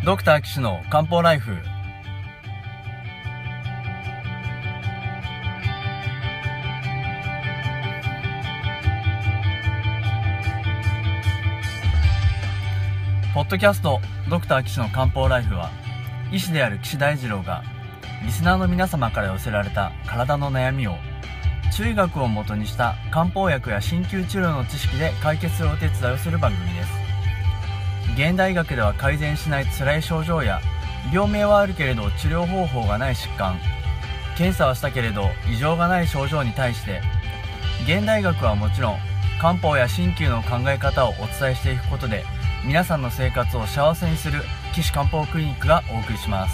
ドクター岸の漢方ライフ。ポッドキャストドクター岸の漢方ライフは、医師である岸大二郎がリスナーの皆様から寄せられた体の悩みを中医学を元にした漢方薬や鍼灸治療の知識で解決するお手伝いをする番組です。現代医学では改善しない辛い症状や、病名はあるけれど治療方法がない疾患、検査はしたけれど異常がない症状に対して、現代医学はもちろん漢方や鍼灸の考え方をお伝えしていくことで、皆さんの生活を幸せにする岸漢方クリニックがお送りします。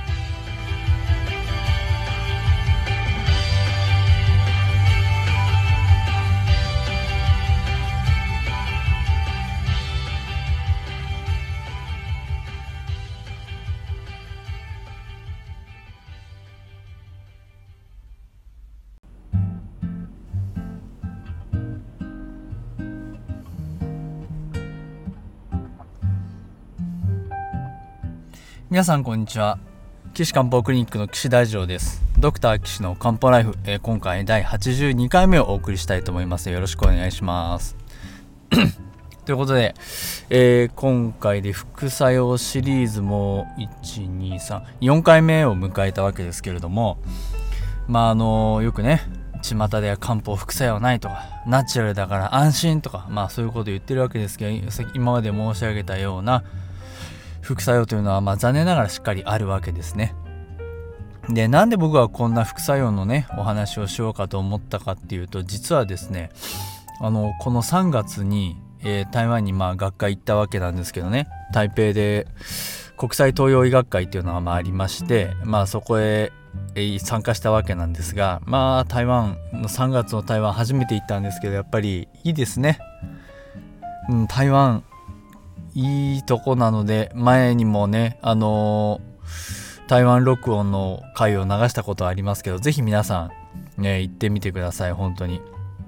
皆さんこんにちは。岸漢方クリニックの岸大二郎です。ドクター岸の漢方ライフ、今回第82回目をお送りしたいと思います。よろしくお願いしますということで、今回で副作用シリーズも4回目を迎えたわけですけれども、よくね、巷では漢方副作用ないとか、ナチュラルだから安心とか、そういうこと言ってるわけですけど、今まで申し上げたような副作用というのは残念ながらしっかりあるわけですね。で、なんで僕はこんな副作用のねお話をしようかと思ったかっていうと、実はですね、この3月に、台湾に学会行ったわけなんですけどね、台北で国際東洋医学会っていうのがありまして、そこへ参加したわけなんですが、台湾の3月の台湾初めて行ったんですけど、やっぱりいいですね。台湾いいとこなので、前にもね台湾録音の回を流したことはありますけど、ぜひ皆さんね行ってみてください。本当に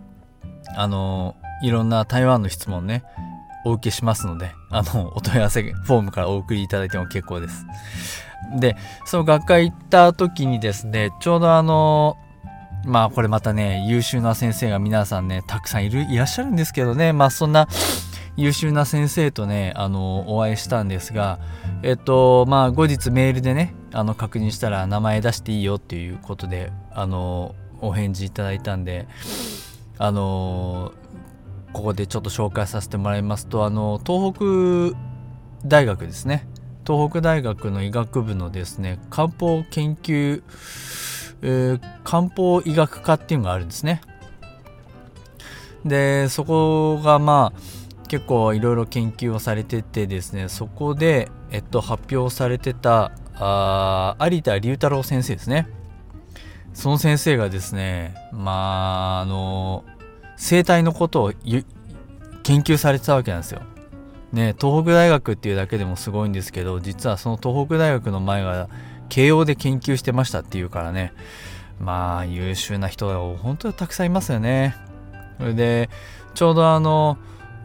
いろんな台湾の質問ねお受けしますので、お問い合わせフォームからお送りいただいても結構です。で、その学会行った時にですね、ちょうどこれまたね優秀な先生が皆さんねたくさんいらっしゃるんですけどね、そんな優秀な先生とねお会いしたんですが、後日メールでね確認したら名前出していいよっていうことでお返事いただいたんで、ここでちょっと紹介させてもらいますと、東北大学ですね、東北大学の医学部のですね漢方研究、漢方医学科っていうのがあるんですね。で、そこが結構いろいろ研究をされててですね、そこで、発表されてた有田龍太郎先生ですね。その先生がですね、生態のことを研究されてたわけなんですよ。ね、東北大学っていうだけでもすごいんですけど、実はその東北大学の前が慶応で研究してましたっていうからね、優秀な人が本当にたくさんいますよね。それでちょうど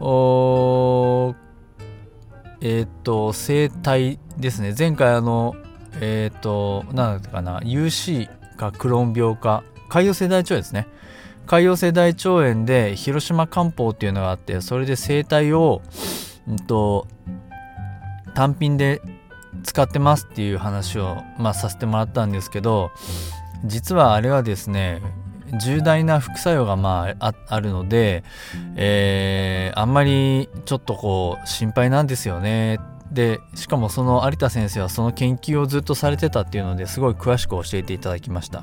生態ですね、前回なんだったかな、UC かクローン病か潰瘍性大腸炎ですね、潰瘍性大腸炎で広島漢方っていうのがあって、それで生態を単品で使ってますっていう話をさせてもらったんですけど、実はあれはですね重大な副作用があるので、あんまりちょっと心配なんですよね。で、しかもその有田先生はその研究をずっとされてたっていうので、すごい詳しく教えていただきました。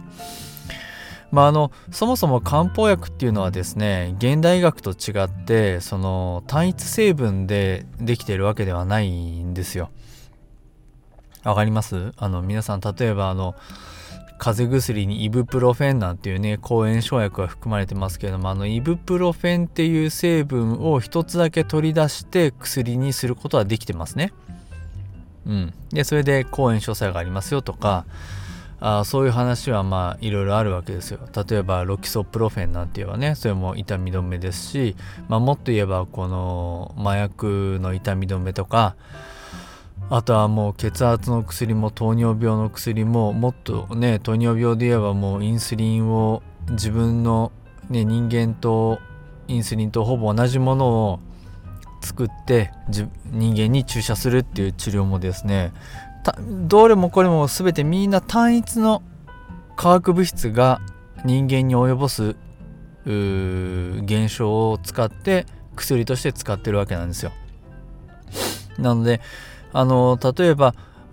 そもそも漢方薬っていうのはですね、現代医学と違ってその単一成分でできているわけではないんですよ。わかります？皆さん、例えば風邪薬にイブプロフェンなんていうね抗炎症薬が含まれてますけれども、イブプロフェンっていう成分を一つだけ取り出して薬にすることはできてますね。で、それで抗炎症作用がありますよとか、そういう話はいろいろあるわけですよ。例えばロキソプロフェンなんていうのはね、それも痛み止めですし、もっと言えばこの麻薬の痛み止めとか、 あとはもう血圧の薬も糖尿病の薬も、もっとね、糖尿病で言えばもうインスリンを自分の、ね、人間とインスリンとほぼ同じものを作って人間に注射するっていう治療もですね、どれもこれも全てみんな単一の化学物質が人間に及ぼす現象を使って薬として使ってるわけなんですよ。なので例えば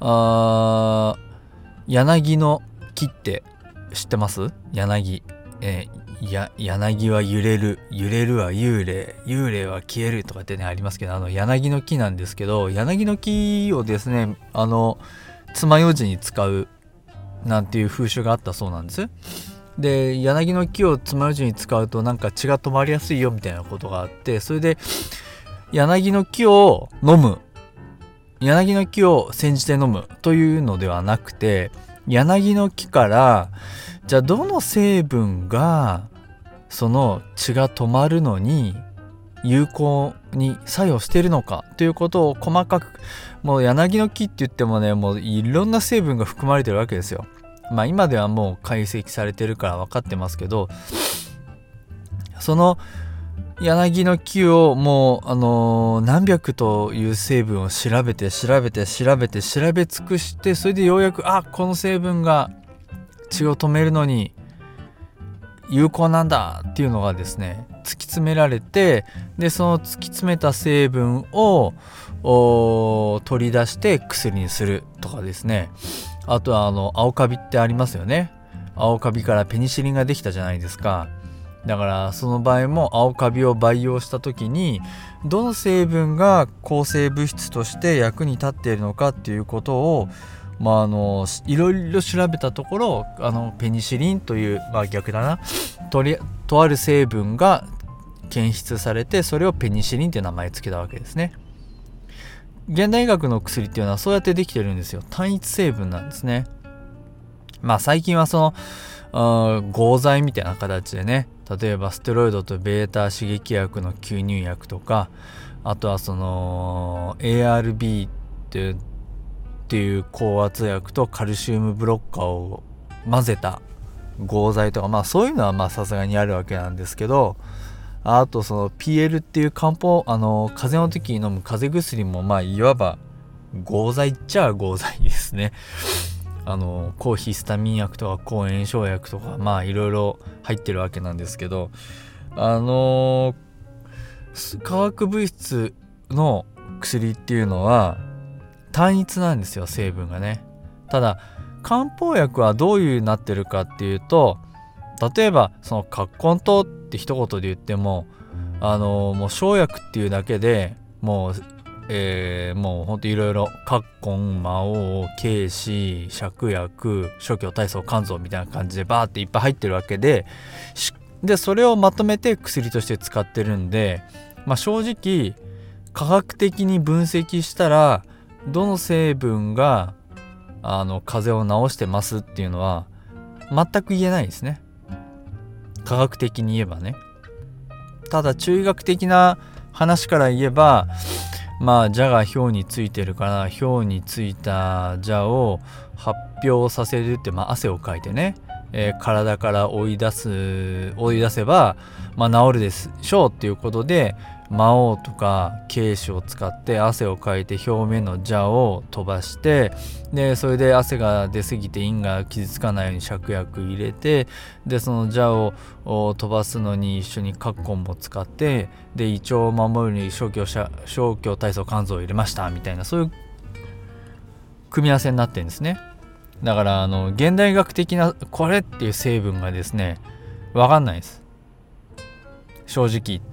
柳の木って知ってます？柳、柳は揺れる、揺れるは幽霊、幽霊は消えるとかってねありますけど、柳の木なんですけど、柳の木をですね爪楊枝に使うなんていう風習があったそうなんです。で、柳の木を爪楊枝に使うとなんか血が止まりやすいよみたいなことがあって、それで柳の木を飲む、柳の木を煎じて飲むというのではなくて、柳の木からじゃあどの成分がその血が止まるのに有効に作用しているのかということを細かく、もう柳の木って言ってもね、もういろんな成分が含まれてるわけですよ。まあ今ではもう解析されてるから分かってますけど、その柳の木をもう何百という成分を調べ尽くして、それでようやくこの成分が血を止めるのに有効なんだっていうのがですね突き詰められて、でその突き詰めた成分を取り出して薬にするとかですね。あとは青カビってありますよね。青カビからペニシリンができたじゃないですか。だからその場合も青カビを培養した時にどの成分が抗生物質として役に立っているのかっていうことをいろいろ調べたところ、ペニシリンという、逆だな、とある成分が検出されて、それをペニシリンという名前を付けたわけですね。現代医学の薬っていうのはそうやってできてるんですよ。単一成分なんですね。最近はその合剤みたいな形でね、例えばステロイドとベータ刺激薬の吸入薬とか、あとはその ARB っていう高圧薬とカルシウムブロッカーを混ぜた合剤とか、そういうのはさすがにあるわけなんですけど、あとその PL っていう風邪の時に飲む風邪薬もいわば合剤っちゃ合剤ですね。抗ヒスタミン薬とか抗炎症薬とかいろいろ入ってるわけなんですけど、化学物質の薬っていうのは単一なんですよ、成分がね。ただ漢方薬はどういうなってるかっていうと、例えばその葛根湯って一言で言ってももう生薬っていうだけでもうほんといろいろ葛根、魔王、桂枝、芍薬、諸教大草甘草みたいな感じでバーっていっぱい入ってるわけで、それをまとめて薬として使ってるんで、正直科学的に分析したらどの成分が風邪を治してますっていうのは全く言えないですね、科学的に言えばね。ただ中医学的な話から言えば、蛇が表についてるから表についた蛇を発表させるって、汗をかいてね、体から追い出せば、治るでしょうっていうことで魔王とか桂枝を使って汗をかいて表面の蛇を飛ばして、でそれで汗が出過ぎて陰が傷つかないように芍薬入れて、でその蛇を飛ばすのに一緒に葛根も使って、で胃腸を守るに小経大草甘草を入れましたみたいな、そういう組み合わせになってるんですね。だから現代学的なこれっていう成分がですね分かんないです、正直言って。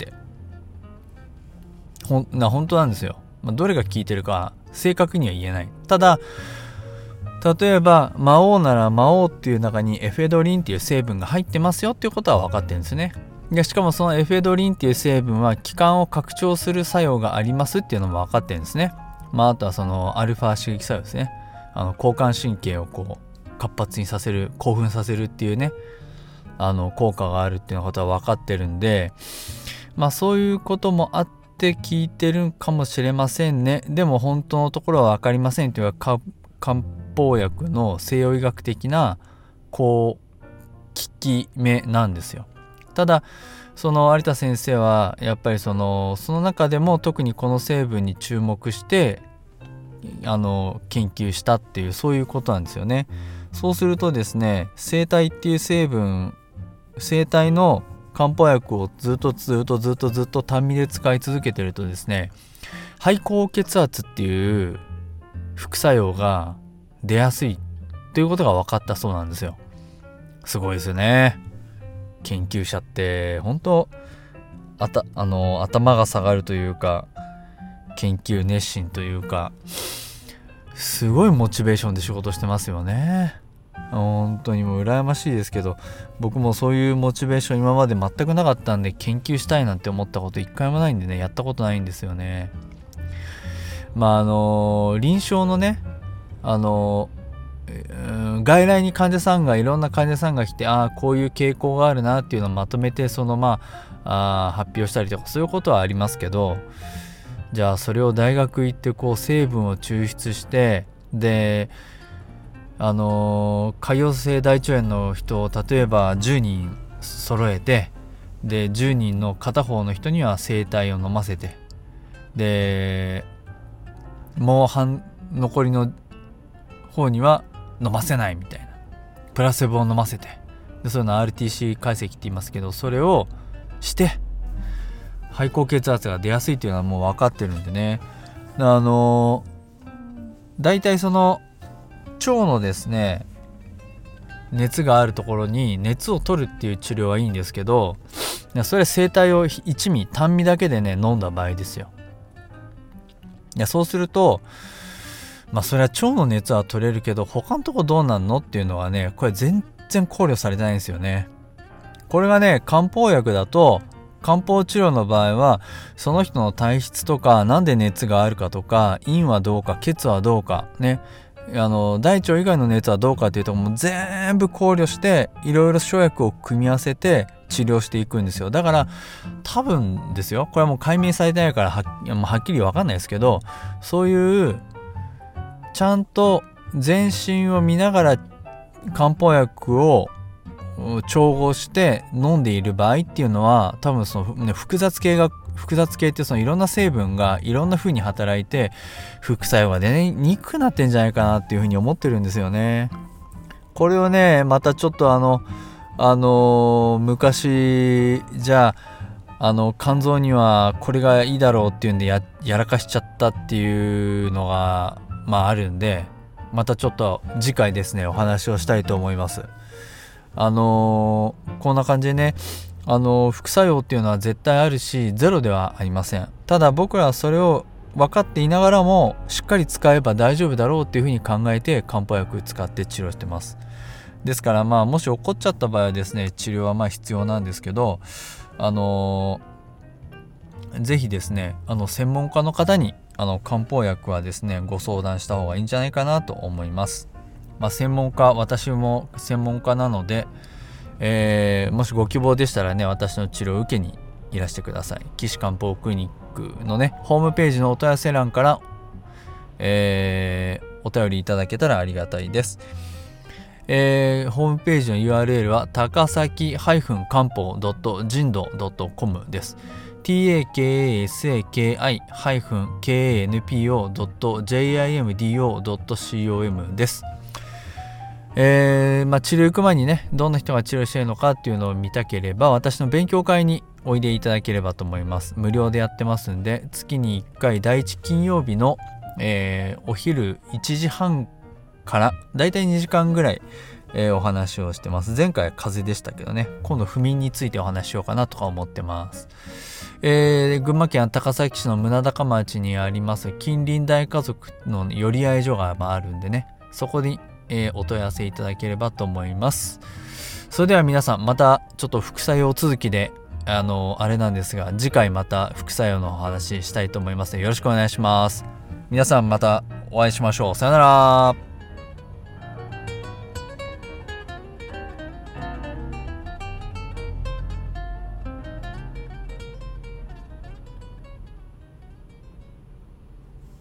本当なんですよ。どれが効いてるか正確には言えない。ただ例えば魔王なら魔王っていう中にエフェドリンっていう成分が入ってますよっていうことは分かってるんですね。でしかもそのエフェドリンっていう成分は気管を拡張する作用がありますっていうのも分かってるんですね。あとはそのアルファ刺激作用ですね。交感神経を活発にさせる、興奮させるっていうね効果があるっていうことは分かってるんで、そういうこともあっって聞いてるかもしれませんね。でも本当のところは分かりませんという漢方薬の西洋医学的な効き目なんですよ。ただその有田先生はやっぱりその中でも特にこの成分に注目して研究したっていうそういうことなんですよね。そうするとですね、生体っていう成分、生体の漢方薬をずっと単味で使い続けてるとですね、肺高血圧っていう副作用が出やすいということが分かったそうなんですよ。すごいですよね。研究者って本当頭が下がるというか、研究熱心というか、すごいモチベーションで仕事してますよね。本当にもう羨ましいですけど、僕もそういうモチベーション今まで全くなかったんで、研究したいなんて思ったこと一回もないんでね、やったことないんですよね。臨床のね、外来に患者さんがいろんな患者さんが来て、こういう傾向があるなっていうのをまとめて発表したりとか、そういうことはありますけど、じゃあそれを大学行って成分を抽出して、で潰瘍性大腸炎の人を例えば10人揃えて、で10人の片方の人には生体を飲ませて、でもう残りの方には飲ませないみたいな、プラセボを飲ませて、でそういうの RTC 解析って言いますけど、それをして肺高血圧が出やすいっていうのはもう分かってるんでね。だいたいその腸のですね、熱があるところに熱を取るっていう治療はいいんですけど、それ生体を1味単味だけでね飲んだ場合ですよ。そうするとそれは腸の熱は取れるけど、他のとこどうなんのっていうのはね、これ全然考慮されてないんですよね。これがね、漢方薬だと、漢方治療の場合はその人の体質とか、なんで熱があるかとか、陰はどうか血はどうかね、大腸以外の熱はどうかっていうともう全部考慮して、いろいろ生薬を組み合わせて治療していくんですよ。だから多分ですよ、これはもう解明されてないからはっきり分かんないですけど、そういうちゃんと全身を見ながら漢方薬を調合して飲んでいる場合っていうのは、多分その、ね、複雑系ってそのいろんな成分がいろんな風に働いて副作用が出にくくなってんじゃないかなっていう風に思ってるんですよね。これをね、またちょっと昔じゃあ肝臓にはこれがいいだろうっていうんで やらかしちゃったっていうのがあるんで、またちょっと次回ですねお話をしたいと思います。こんな感じでね、副作用っていうのは絶対あるし、ゼロではありません。ただ僕らはそれを分かっていながらも、しっかり使えば大丈夫だろうっていうふうに考えて漢方薬使って治療してます。ですからもし起こっちゃった場合はですね、治療は必要なんですけど、ぜひですね、専門家の方に漢方薬はですねご相談した方がいいんじゃないかなと思います。私も専門家なので、もしご希望でしたらね、私の治療を受けにいらしてください。岸漢方クリニックのねホームページのお問い合わせ欄から、お便りいただけたらありがたいです。ホームページの URL は高崎漢方.jindo.com です。takasaki-kanpo.jimdo.com です。治療行く前にね、どんな人が治療しているのかっていうのを見たければ、私の勉強会においでいただければと思います。無料でやってますんで、月に1回第1金曜日の、お昼1時半からだいたい2時間ぐらい、お話をしてます。前回は風邪でしたけどね、今度不眠についてお話しようかなとか思ってます。群馬県高崎市の宗高町にあります近隣大家族の寄り合い所があるんでね、そこにお問い合わせいただければと思います。それでは皆さん、またちょっと副作用続きであれなんですが、次回また副作用のお話ししたいと思いますので、よろしくお願いします。皆さんまたお会いしましょう。さよなら。